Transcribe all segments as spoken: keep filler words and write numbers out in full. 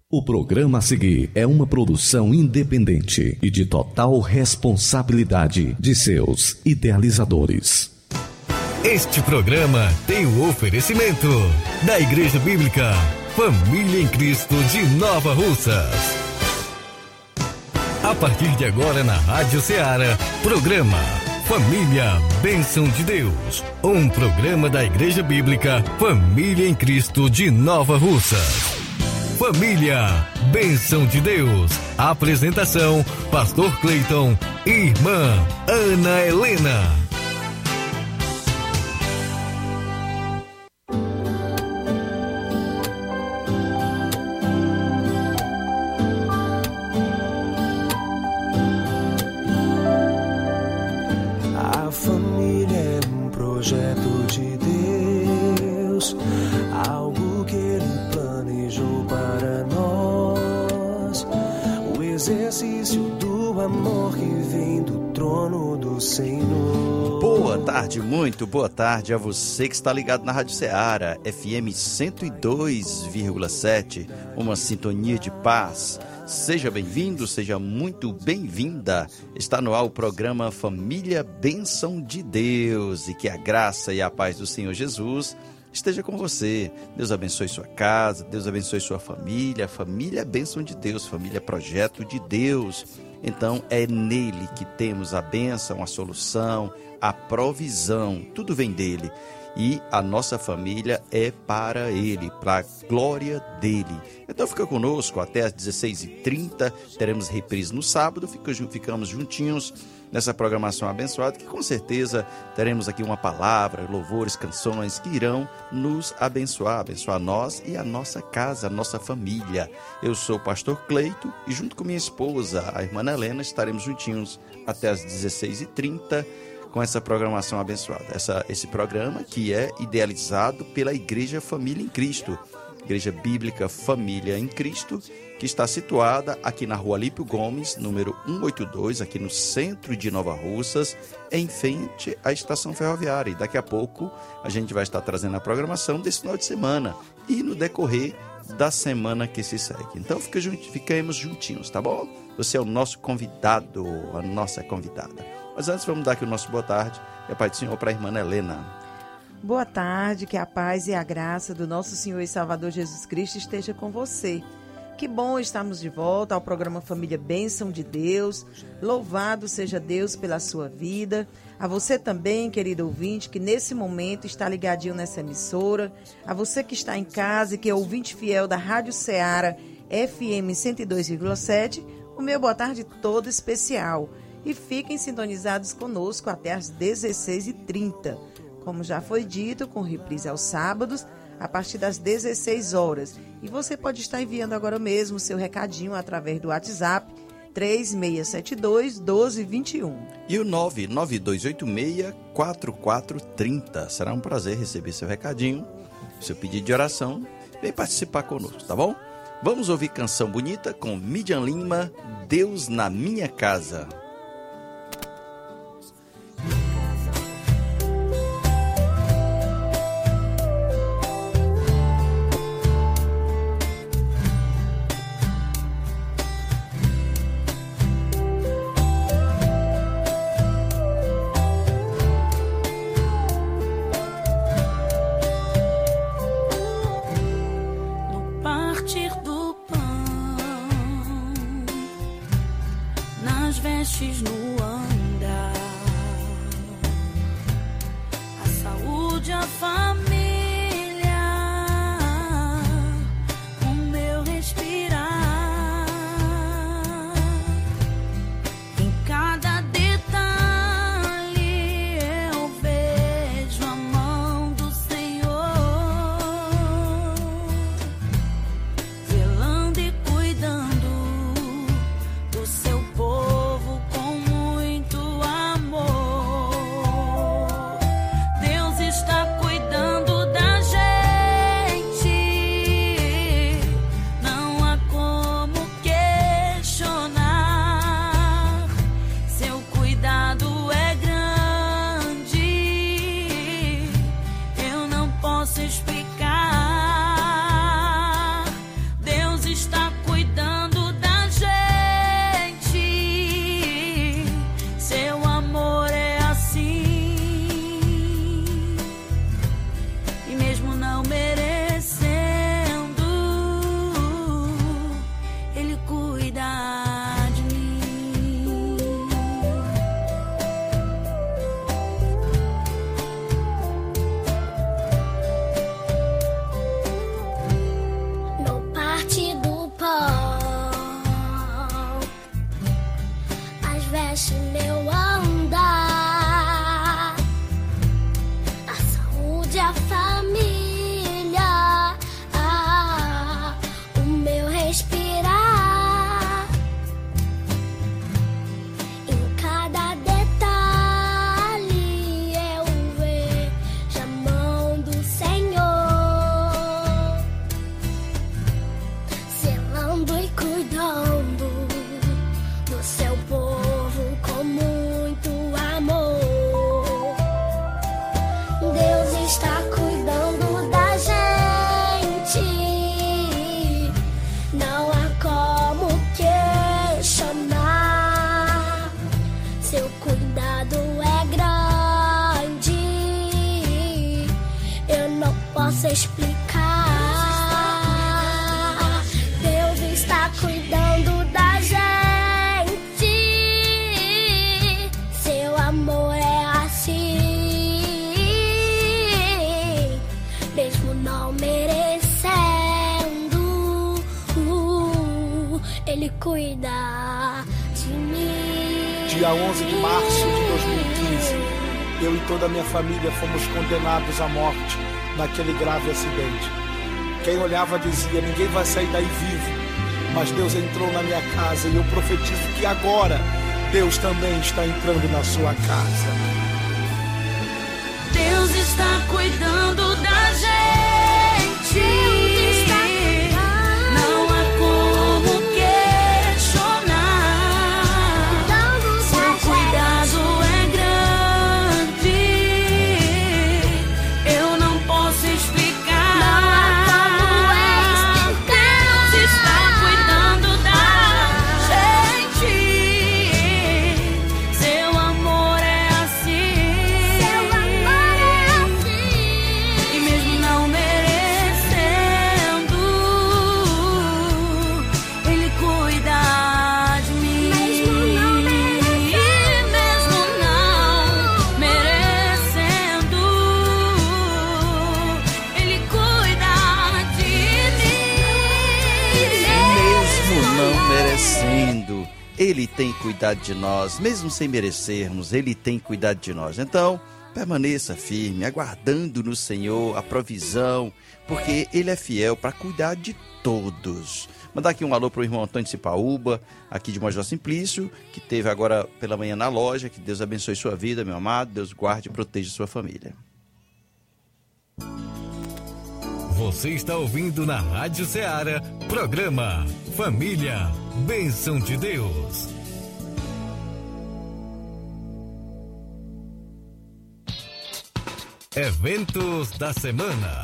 O programa a seguir é uma produção independente e de total responsabilidade de seus idealizadores. Este programa tem o oferecimento da Igreja Bíblica Família em Cristo de Nova Russas. A partir de agora na Rádio Ceará, programa Família Bênção de Deus. Um programa da Igreja Bíblica Família em Cristo de Nova Russas. Família Bênção de Deus. Apresentação: Pastor Cleiton e Irmã Ana Helena. A família é um projeto de Deus, algo que Ele planejou para nós, o exercício do amor que vem do trono do Senhor. Boa tarde, muito boa tarde a você que está ligado na Rádio Ceará, F M cento e dois vírgula sete, uma sintonia de paz. Seja bem-vindo, seja muito bem-vinda. Está no ar o programa Família Bênção de Deus, e que a graça e a paz do Senhor Jesus esteja com você. Deus abençoe sua casa, Deus abençoe sua família. Família é bênção de Deus, família é projeto de Deus. Então é nele que temos a bênção, a solução, a provisão. Tudo vem dele. E a nossa família é para ele, para a glória dele. Então fica conosco até às dezesseis e trinta, teremos reprise no sábado, ficamos juntinhos nessa programação abençoada, que com certeza teremos aqui uma palavra, louvores, canções que irão nos abençoar, abençoar nós e a nossa casa, a nossa família. Eu sou o pastor Cleito e junto com minha esposa, a irmã Helena, estaremos juntinhos até às dezesseis e trinta, com essa programação abençoada. Essa, esse programa que é idealizado pela Igreja Família em Cristo, Igreja Bíblica Família em Cristo, que está situada aqui na Rua Alípio Gomes, número cento e oitenta e dois, aqui no centro de Nova Russas, em frente à estação ferroviária. E daqui a pouco a gente vai estar trazendo a programação desse final de semana e no decorrer da semana que se segue. Então fica junto, fiquemos juntinhos, tá bom? Você é o nosso convidado, a nossa convidada. Mas antes vamos dar aqui o nosso boa tarde e a paz do Senhor para a irmã Helena. Boa tarde, que a paz e a graça do nosso Senhor e Salvador Jesus Cristo esteja com você. Que bom estarmos de volta ao programa Família Bênção de Deus. Louvado seja Deus pela sua vida. A você também, querido ouvinte, que nesse momento está ligadinho nessa emissora. A você que está em casa e que é ouvinte fiel da Rádio Ceará F M cento e dois vírgula sete, o meu boa tarde todo especial. E fiquem sintonizados conosco até às dezesseis e trinta. Como já foi dito, com reprise aos sábados, a partir das dezesseis horas. E você pode estar enviando agora mesmo seu recadinho através do WhatsApp três seis sete dois, um dois dois um. E o nove nove dois oito seis, quatro quatro três zero. Será um prazer receber seu recadinho, seu pedido de oração. Vem participar conosco, tá bom? Vamos ouvir canção bonita com Midian Lima, Deus na Minha Casa. Velando e cuidando do seu povo com muito mexe meu andar. A saúde, a família, ah, o meu respirar. Em cada detalhe eu vejo a mão do Senhor, selando e cuidando do seu povo com muito amor. Deus está cuidando da gente, não há como questionar. Seu cuidado é grande, eu não posso explicar. Deus está cuidando da gente, seu amor é assim, mesmo não merecendo, uh, Ele cuida de mim. Dia onze de março de dois mil e quinze, eu e toda a minha família fomos condenados à morte naquele grave acidente. Quem olhava dizia, ninguém vai sair daí vivo. Mas Deus entrou na minha casa e eu profetizo que agora Deus também está entrando na sua casa. Deus está cuidando da gente. Não há como questionar. Seu cuidado é grande, eu não posso explicar. Não há como explicar. Deus está cuidando da gente. Seu amor é assim. Seu amor é assim. E mesmo não merecendo, Ele cuida de mim. Mesmo não merecendo. Mesmo não merecendo, Ele cuida de mim. Mesmo não merecendo, Ele tem cuidado de nós. Mesmo sem merecermos, Ele tem cuidado de nós. Então, permaneça firme, aguardando no Senhor a provisão, porque Ele é fiel para cuidar de todos. Mandar aqui um alô para o irmão Antônio Cipaúba, aqui de Major Simplício, que teve agora pela manhã na loja. Que Deus abençoe sua vida, meu amado. Deus guarde e proteja sua família. Você está ouvindo na Rádio Ceará, programa Família, Bênção de Deus. Eventos da semana.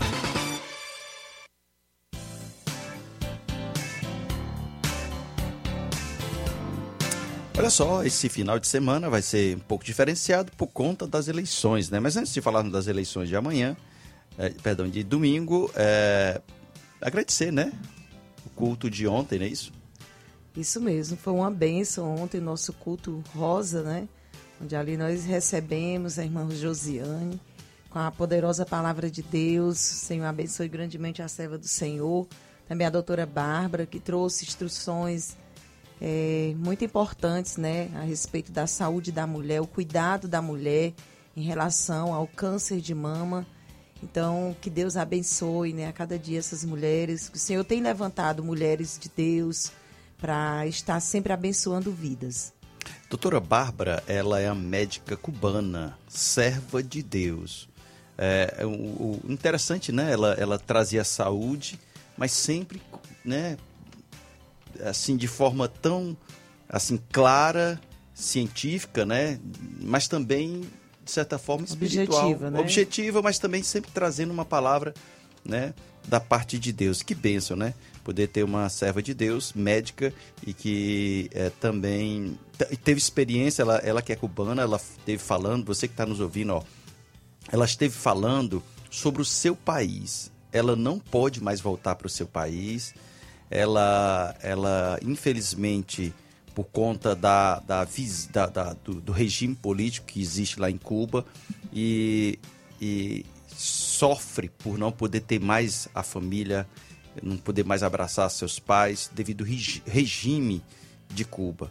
Olha só, esse final de semana vai ser um pouco diferenciado por conta das eleições, né? Mas antes de falarmos das eleições de amanhã, é, perdão, de domingo, é, agradecer, né? O culto de ontem, não é isso? Isso mesmo, foi uma bênção ontem, nosso culto rosa, né? Onde ali nós recebemos a irmã Josiane com a poderosa palavra de Deus. O Senhor abençoe grandemente a serva do Senhor. Também a doutora Bárbara, que trouxe instruções é, muito importantes, né? A respeito da saúde da mulher, o cuidado da mulher em relação ao câncer de mama. Então, que Deus abençoe, né, a cada dia essas mulheres. O Senhor tem levantado mulheres de Deus para estar sempre abençoando vidas. Doutora Bárbara, ela é a médica cubana, serva de Deus. É, o, o interessante, né? Ela, ela trazia saúde, mas sempre, né, assim, de forma tão assim, clara, científica, né? Mas também, de certa forma, espiritual. Objetiva, né? Objetiva, mas também sempre trazendo uma palavra, né, da parte de Deus. Que bênção, né? Poder ter uma serva de Deus, médica, e que é, também t- teve experiência, ela, ela que é cubana, ela esteve falando, você que está nos ouvindo, ó, ela esteve falando sobre o seu país. Ela não pode mais voltar para o seu país. Ela, ela infelizmente, por conta da, da, da, da, do, do regime político que existe lá em Cuba, e, e sofre por não poder ter mais a família, não poder mais abraçar seus pais, devido ao regi- regime de Cuba.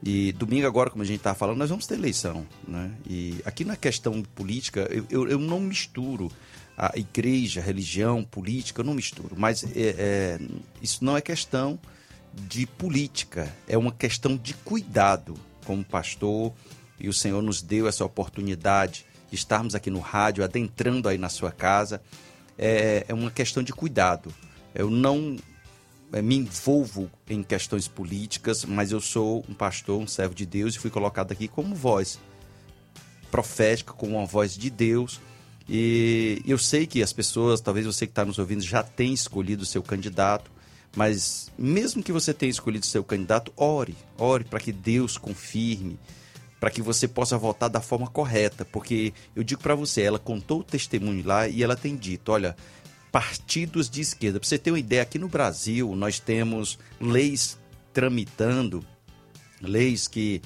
E domingo agora, como a gente está falando, nós vamos ter eleição, né? E aqui na questão política, eu, eu, eu não misturo a igreja, a religião, política, eu não misturo. Mas é, é, isso não é questão de política, é uma questão de cuidado. Como pastor, e o Senhor nos deu essa oportunidade de estarmos aqui no rádio, adentrando aí na sua casa, é, é uma questão de cuidado. Eu não é, me envolvo em questões políticas, mas eu sou um pastor, um servo de Deus, e fui colocado aqui como voz profética, como uma voz de Deus. E eu sei que as pessoas, talvez você que está nos ouvindo, já tenha escolhido o seu candidato, mas mesmo que você tenha escolhido o seu candidato, ore, ore para que Deus confirme, para que você possa votar da forma correta, porque eu digo para você, ela contou o testemunho lá e ela tem dito, olha, partidos de esquerda, para você ter uma ideia, aqui no Brasil nós temos leis tramitando, leis que,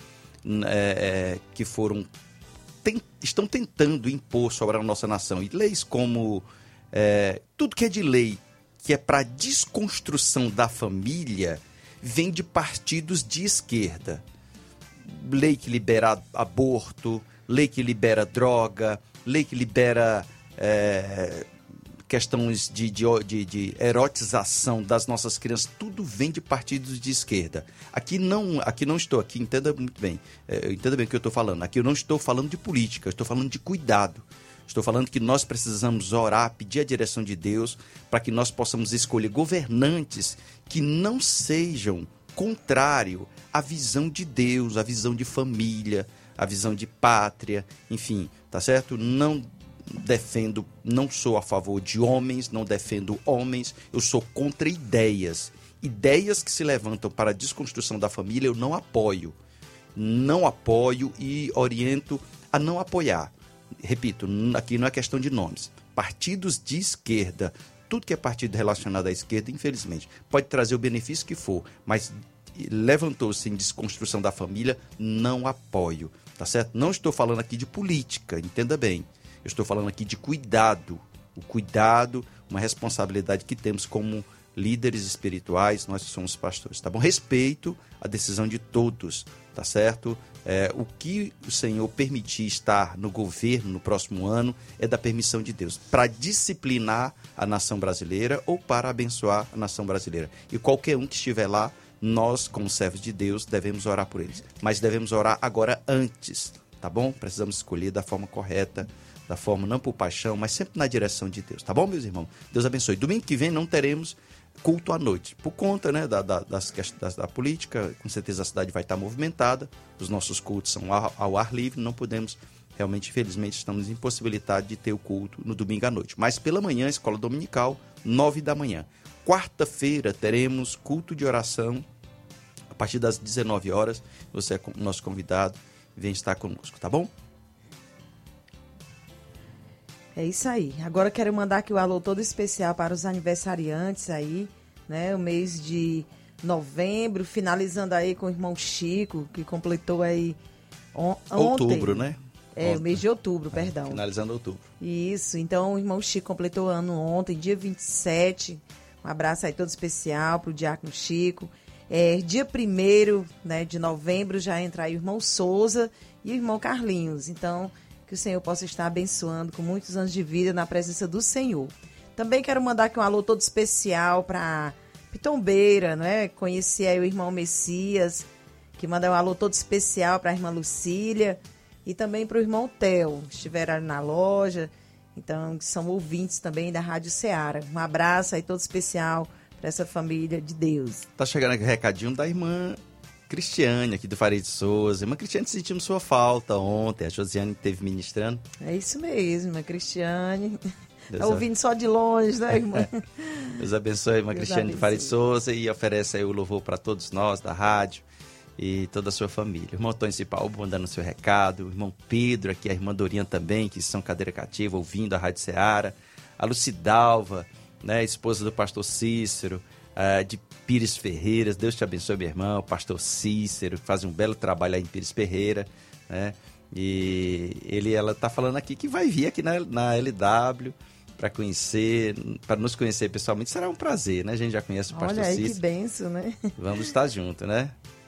é, que foram, tem, estão tentando impor sobre a nossa nação, e leis como, é, tudo que é de lei, que é para desconstrução da família, vem de partidos de esquerda. Lei que libera aborto, lei que libera droga, lei que libera é, questões de, de, de, de erotização das nossas crianças, tudo vem de partidos de esquerda. Aqui não, aqui não estou, aqui entenda muito bem, é, entenda bem o que eu estou falando, aqui eu não estou falando de política, eu estou falando de cuidado. Estou falando que nós precisamos orar, pedir a direção de Deus para que nós possamos escolher governantes que não sejam contrário à visão de Deus, à visão de família, à visão de pátria, enfim, tá certo? Não defendo, não sou a favor de homens, não defendo homens, eu sou contra ideias. Ideias que se levantam para a desconstrução da família eu não apoio. Não apoio e oriento a não apoiar. Repito, aqui não é questão de nomes. Partidos de esquerda, tudo que é partido relacionado à esquerda, infelizmente, pode trazer o benefício que for, mas levantou-se em desconstrução da família, não apoio, tá certo? Não estou falando aqui de política, entenda bem. Eu estou falando aqui de cuidado. O cuidado, uma responsabilidade que temos como líderes espirituais, nós que somos pastores, tá bom? Respeito a decisão de todos, tá certo? É, o que o Senhor permitir estar no governo no próximo ano é da permissão de Deus, para disciplinar a nação brasileira ou para abençoar a nação brasileira. E qualquer um que estiver lá, nós, como servos de Deus, devemos orar por eles. Mas devemos orar agora antes, tá bom? Precisamos escolher da forma correta, da forma não por paixão, mas sempre na direção de Deus, tá bom, meus irmãos? Deus abençoe. Domingo que vem não teremos culto à noite, por conta, né, da, da, das, das, da política, com certeza a cidade vai estar movimentada, os nossos cultos são ao, ao ar livre, não podemos, realmente, infelizmente, estamos impossibilitados de ter o culto no domingo à noite. Mas pela manhã, escola dominical, nove da manhã. Quarta-feira teremos culto de oração, a partir das dezenove horas, você é o nosso convidado, vem estar conosco, tá bom? É isso aí. Agora quero mandar aqui o alô todo especial para os aniversariantes aí, né? O mês de novembro, finalizando aí com o irmão Chico, que completou aí on- ontem. Outubro, né? É, o mês de outubro, perdão. Finalizando outubro. Isso, então o irmão Chico completou ano ontem, dia vinte e sete. Um abraço aí todo especial para o diácono Chico. É, dia primeiro, né, de novembro já entra aí o irmão Souza e o irmão Carlinhos. Então, que o Senhor possa estar abençoando com muitos anos de vida na presença do Senhor. Também quero mandar aqui um alô todo especial para Pitombeira, né? Conheci aí o irmão Messias, que manda um alô todo especial para a irmã Lucília e também para o irmão Theo, que estiveram na loja, então que são ouvintes também da Rádio Ceará. Um abraço aí todo especial para essa família de Deus. Tá chegando aqui o recadinho da irmã Cristiane, aqui do Faria de Souza. Irmã Cristiane, sentimos sua falta ontem. A Josiane esteve ministrando. É isso mesmo, a Cristiane. Deus Tá ouvindo só de longe, né, irmã? Deus abençoe a irmã Deus Cristiane abençoe. do Faria de Souza e oferece aí o louvor para todos nós da rádio e toda a sua família. O irmão Antônio Cipalbo mandando o seu recado. O irmão Pedro, aqui a irmã Dorinha também, que são cadeira cativa, ouvindo a Rádio Ceará. A Lucidalva, né, esposa do pastor Cícero, uh, de Pires Ferreira. Deus te abençoe, meu irmão. O pastor Cícero, que faz um belo trabalho aí em Pires Ferreira, né? E ele, ela tá falando aqui que vai vir aqui na, na L W para conhecer, para nos conhecer pessoalmente. Será um prazer, né? A gente já conhece o pastor Olha aí Cícero. que benção, né? Vamos estar juntos, né?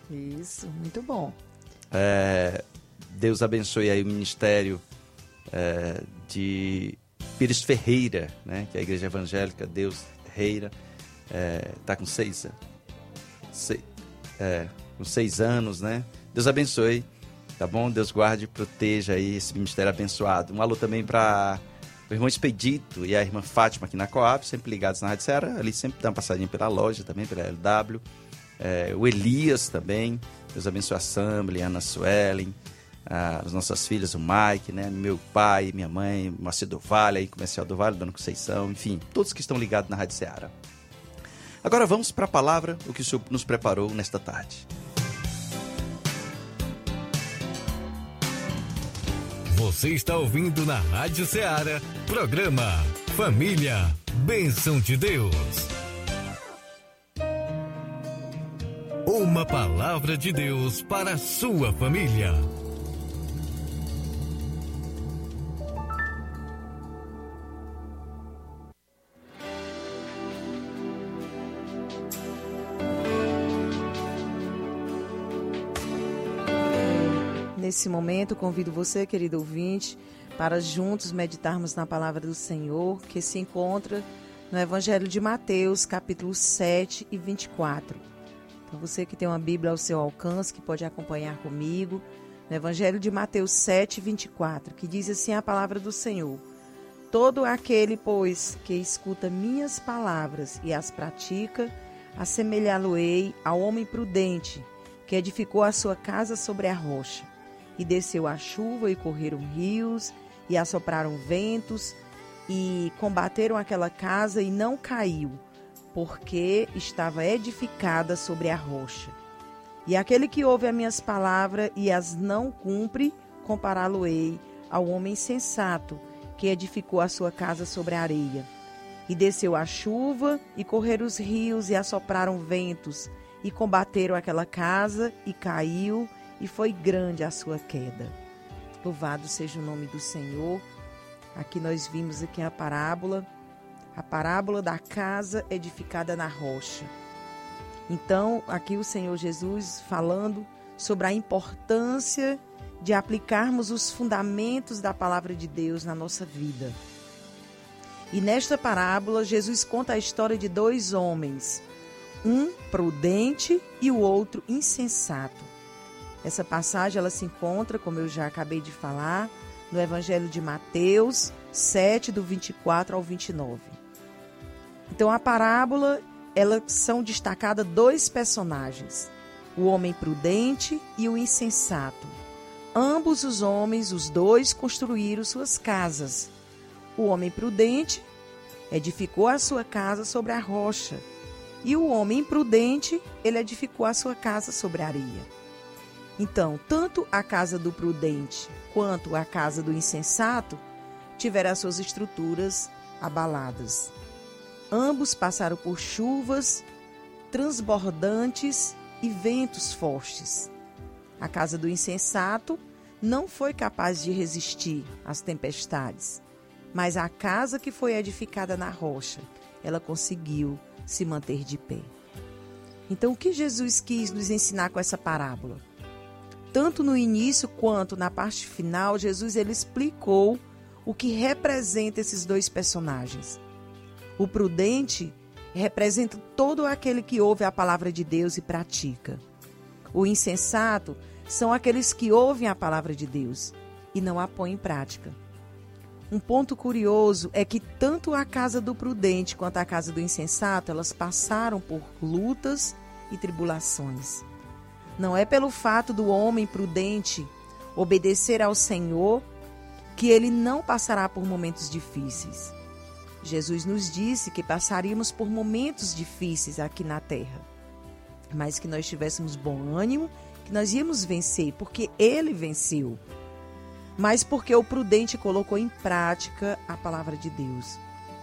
Isso, muito bom. É, Deus abençoe aí o ministério é, de Pires Ferreira, né? Que é a igreja evangélica Deus Ferreira. Está é, com seis, seis, é, com seis anos, né? Deus abençoe, tá bom? Deus guarde e proteja aí esse ministério abençoado. Um alô também para o irmão Expedito e a irmã Fátima aqui na Coab, sempre ligados na Rádio Ceará. Ali sempre dá uma passadinha pela loja também, pela L W. É, o Elias também. Deus abençoe a Assembly, a Ana Suelen, as nossas filhas, o Mike, né? Meu pai, minha mãe, Macedo Vale, aí, Comercial do Vale, Dona Conceição, enfim, todos que estão ligados na Rádio Ceará. Agora vamos para a palavra, o que o Senhor nos preparou nesta tarde. Você está ouvindo na Rádio Ceará, programa Família, Bênção de Deus. Uma palavra de Deus para a sua família. Nesse momento, convido você, querido ouvinte, para juntos meditarmos na palavra do Senhor, que se encontra no Evangelho de Mateus, capítulo sete e vinte e quatro. Então, você que tem uma Bíblia ao seu alcance, que pode acompanhar comigo, no Evangelho de Mateus sete, vinte e quatro, que diz assim a palavra do Senhor: todo aquele, pois, que escuta minhas palavras e as pratica, assemelhá-lo-ei ao homem prudente, que edificou a sua casa sobre a rocha. E desceu a chuva, e correram rios, e assopraram ventos, e combateram aquela casa, e não caiu, porque estava edificada sobre a rocha. E aquele que ouve as minhas palavras e as não cumpre, compará-lo-ei ao homem sensato, que edificou a sua casa sobre a areia. E desceu a chuva, e correram os rios, e assopraram ventos, e combateram aquela casa, e caiu, e foi grande a sua queda. Louvado seja o nome do Senhor. Aqui nós vimos aqui a parábola, a parábola da casa edificada na rocha. Então, aqui o Senhor Jesus falando sobre a importância de aplicarmos os fundamentos da palavra de Deus na nossa vida. E nesta parábola, Jesus conta a história de dois homens, um prudente e o outro insensato. Essa passagem ela se encontra, como eu já acabei de falar, no Evangelho de Mateus sete, do vinte e quatro ao vinte e nove. Então, a parábola, elas são destacadas dois personagens, o homem prudente e o insensato. Ambos os homens, os dois, construíram suas casas. O homem prudente edificou a sua casa sobre a rocha, e o homem imprudente, ele edificou a sua casa sobre a areia. Então, tanto a casa do prudente quanto a casa do insensato tiveram as suas estruturas abaladas. Ambos passaram por chuvas transbordantes e ventos fortes. A casa do insensato não foi capaz de resistir às tempestades, mas a casa que foi edificada na rocha, ela conseguiu se manter de pé. Então, o que Jesus quis nos ensinar com essa parábola? Tanto no início quanto na parte final, Jesus ele explicou o que representa esses dois personagens. O prudente representa todo aquele que ouve a palavra de Deus e pratica. O insensato são aqueles que ouvem a palavra de Deus e não a põem em prática. Um ponto curioso é que tanto a casa do prudente quanto a casa do insensato, elas passaram por lutas e tribulações. Não é pelo fato do homem prudente obedecer ao Senhor que ele não passará por momentos difíceis. Jesus nos disse que passaríamos por momentos difíceis aqui na terra, mas que nós tivéssemos bom ânimo, que nós íamos vencer, porque ele venceu. Mas porque o prudente colocou em prática a palavra de Deus.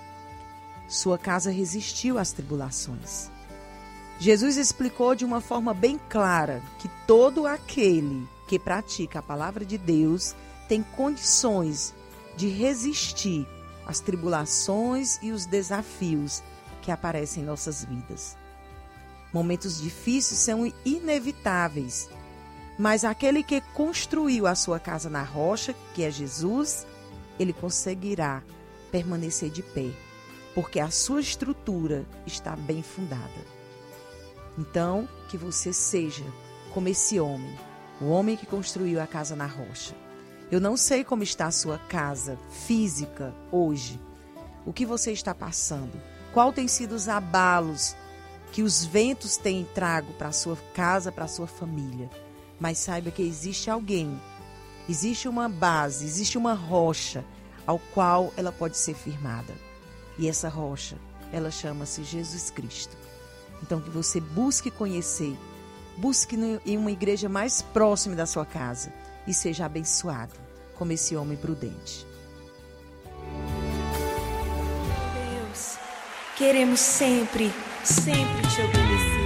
Sua casa resistiu às tribulações. Jesus explicou de uma forma bem clara que todo aquele que pratica a palavra de Deus tem condições de resistir às tribulações e os desafios que aparecem em nossas vidas. Momentos difíceis são inevitáveis, mas aquele que construiu a sua casa na rocha, que é Jesus, ele conseguirá permanecer de pé, porque a sua estrutura está bem fundada. Então, que você seja como esse homem, o homem que construiu a casa na rocha. Eu não sei como está a sua casa física hoje, o que você está passando, qual tem sido os abalos que os ventos têm trago para a sua casa, para a sua família. Mas saiba que existe alguém, existe uma base, existe uma rocha ao qual ela pode ser firmada. E essa rocha, ela chama-se Jesus Cristo. Então que você busque conhecer, busque em uma igreja mais próxima da sua casa e seja abençoado como esse homem prudente. Deus, queremos sempre, sempre te obedecer.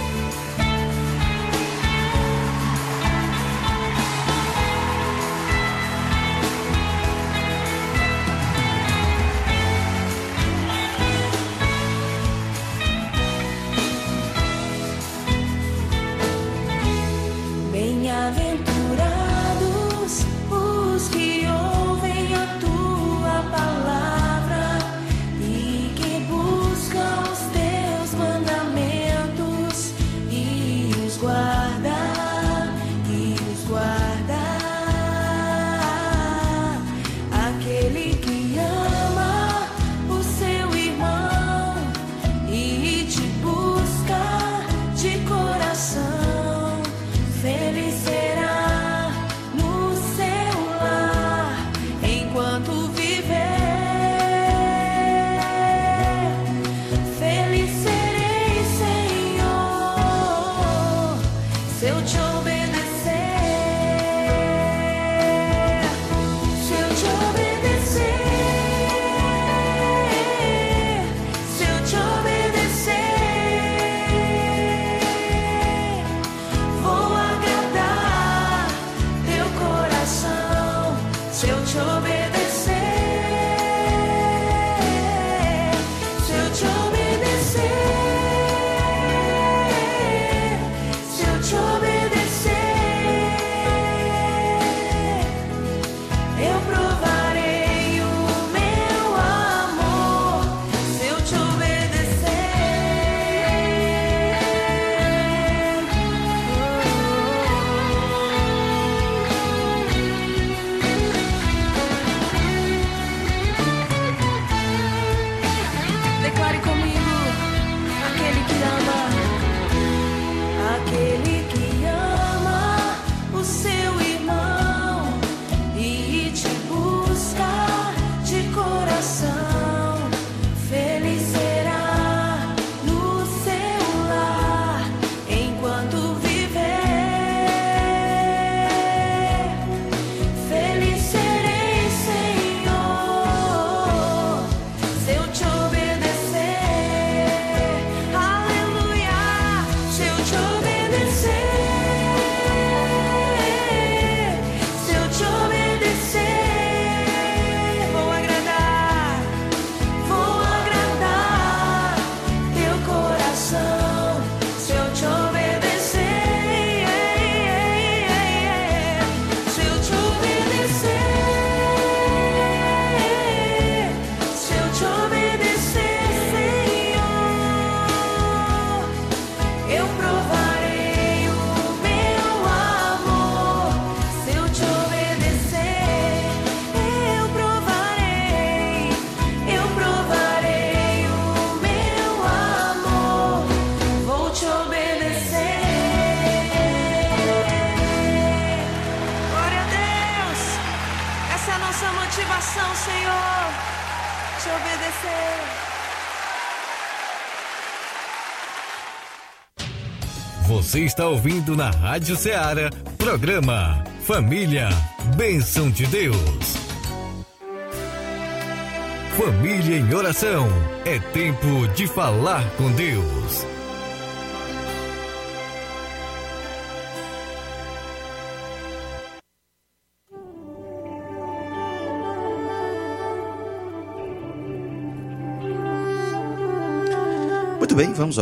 Bem-aventurados os que ouvem a tua palavra e que buscam os teus mandamentos e os guardam, e os guardam. Aquele que ama o seu irmão e te busca de coração, feliz será no seu lar enquanto viver. Feliz serei, Senhor, se eu te obedecer. Se eu te obedecer. Se eu te obedecer. Vou agradar teu coração, se eu te obedecer. Se eu te obedecer. Se eu te obedecer. Eu provarei o meu amor, se eu te obedecer. Declare comigo: aquele que ama, aquele que ama o seu irmão e te busca de coração, feliz será no seu lar enquanto viver. Feliz serei, Senhor, se eu te obedecer. Aleluia, se eu te obedecer. Se eu te obedecer, vou agradar, vou agradar teu coração, se eu te obedecer. Se eu te obedecer. Se eu te obedecer, Senhor, eu provarei o meu amor. Se eu te obedecer, eu provarei, eu provarei o meu amor. Vou te obedecer. Glória a Deus. Essa é a nossa motivação, Senhor, te obedecer. Você está ouvindo na Rádio Ceará, programa Família, Bênção de Deus. Família em oração, é tempo de falar com Deus. Muito bem, vamos orar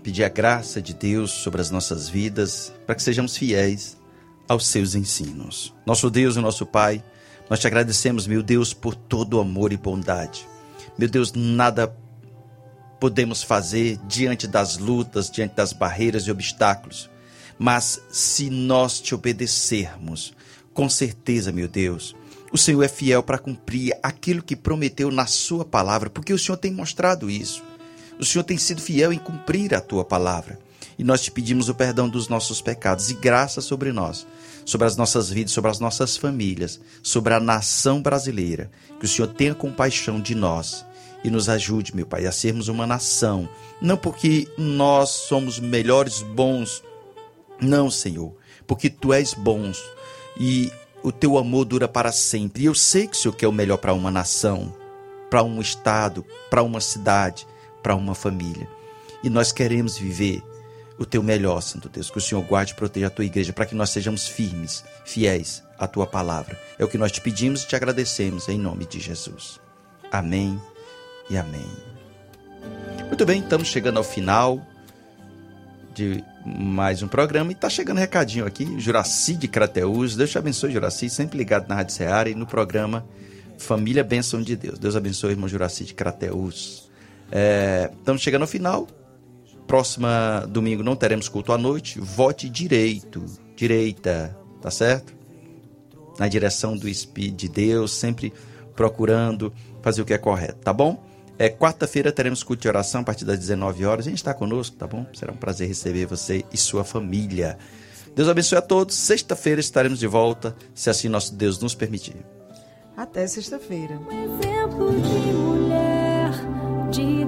pedir a graça de Deus sobre as nossas vidas, para que sejamos fiéis aos seus ensinos. Nosso Deus e nosso Pai, nós te agradecemos, meu Deus, por todo o amor e bondade. Meu Deus, nada podemos fazer diante das lutas, diante das barreiras e obstáculos, mas se nós te obedecermos, com certeza, meu Deus, o Senhor é fiel para cumprir aquilo que prometeu na sua palavra, porque o Senhor tem mostrado isso. O Senhor tem sido fiel em cumprir a tua palavra. E nós te pedimos o perdão dos nossos pecados e graça sobre nós, sobre as nossas vidas, sobre as nossas famílias, sobre a nação brasileira. Que o Senhor tenha compaixão de nós e nos ajude, meu Pai, a sermos uma nação. Não porque nós somos melhores, bons. Não, Senhor, porque Tu és bom e o Teu amor dura para sempre. E eu sei que o Senhor quer o melhor para uma nação, para um estado, para uma cidade, para uma família. E nós queremos viver o Teu melhor, Santo Deus. Que o Senhor guarde e proteja a Tua igreja, para que nós sejamos firmes, fiéis à Tua palavra. É o que nós te pedimos e te agradecemos, em nome de Jesus. Amém e amém. Muito bem, estamos chegando ao final de mais um programa e está chegando um recadinho aqui. Juraci de Crateús, Deus te abençoe, Juraci, sempre ligado na Rádio Ceará e no programa Família Bênção de Deus. Deus abençoe, irmão Juraci de Crateús. É, estamos chegando ao final. Próxima domingo não teremos culto à noite. Vote direito, direita, tá certo? Na direção do Espírito de Deus, sempre procurando fazer o que é correto, tá bom? É, quarta-feira teremos culto de oração a partir das dezenove horas. A gente está conosco, tá bom? Será um prazer receber você e sua família. Deus abençoe a todos. Sexta-feira estaremos de volta, se assim nosso Deus nos permitir. Até sexta-feira. Um exemplo de mulher de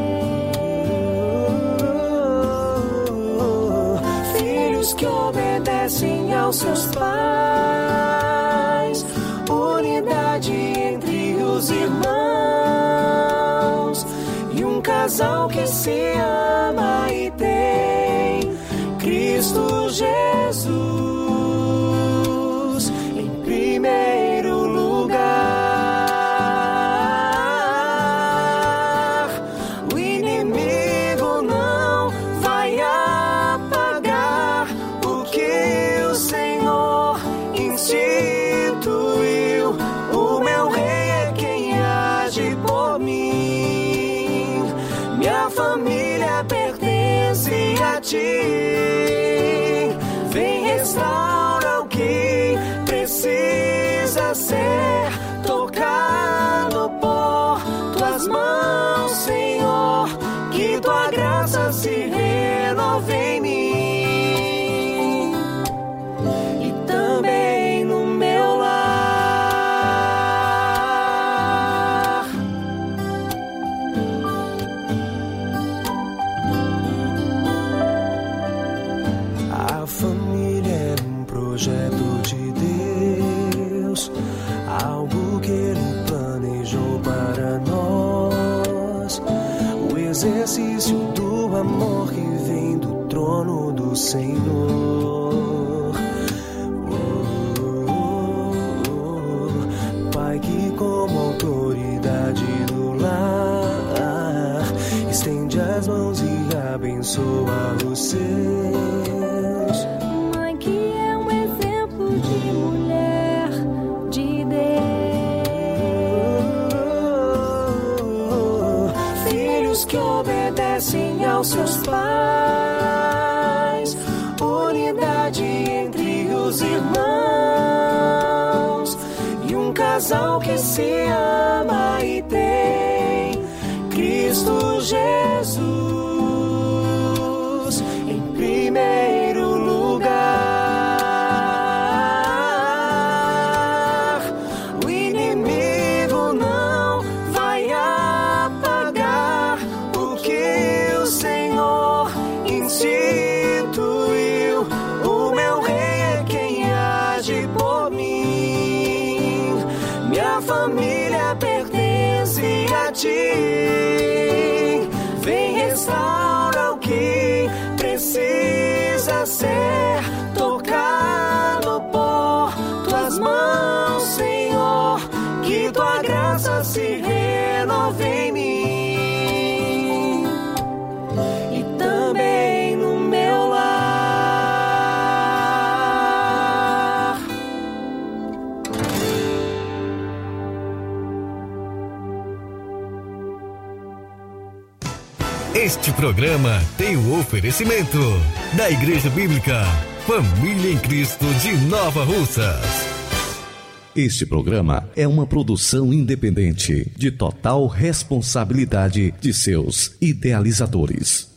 Deus. Filhos que obedecem aos seus pais. Unidade entre os irmãos. E um casal que se ama e tem Cristo Jesus em primeiro lugar. O inimigo não vai apagar o que o Senhor instituiu. O meu rei é quem age por mim. Minha família pertence a ti. Vem, restaura o que precisa ser tocado por tuas mãos, Senhor. Que tua graça se renove em mim e também no meu lar. A família é um projeto de Deus, algo que Ele planejou para nós. O exercício do amor que vem do trono do Senhor. Oh, oh, oh. Pai que como autoridade do lar estende as mãos e abençoa os seus. Mãe que é um exemplo de mulher de Deus. Filhos Que obedecem aos seus pais. Unidade entre os irmãos. E um casal que se ama e tem Cristo Jesus em primeiro lugar. O inimigo não vai apagar o que o Senhor instituiu. O meu rei é quem age por mim. Minha família pertence a ti. Vem, restaura o que precisa ser tocado por tuas mãos, Senhor. Que tua graça se renove em mim e também Este programa tem o oferecimento da Igreja Bíblica Família em Cristo de Nova Russas. Este programa é uma produção independente de total responsabilidade de seus idealizadores.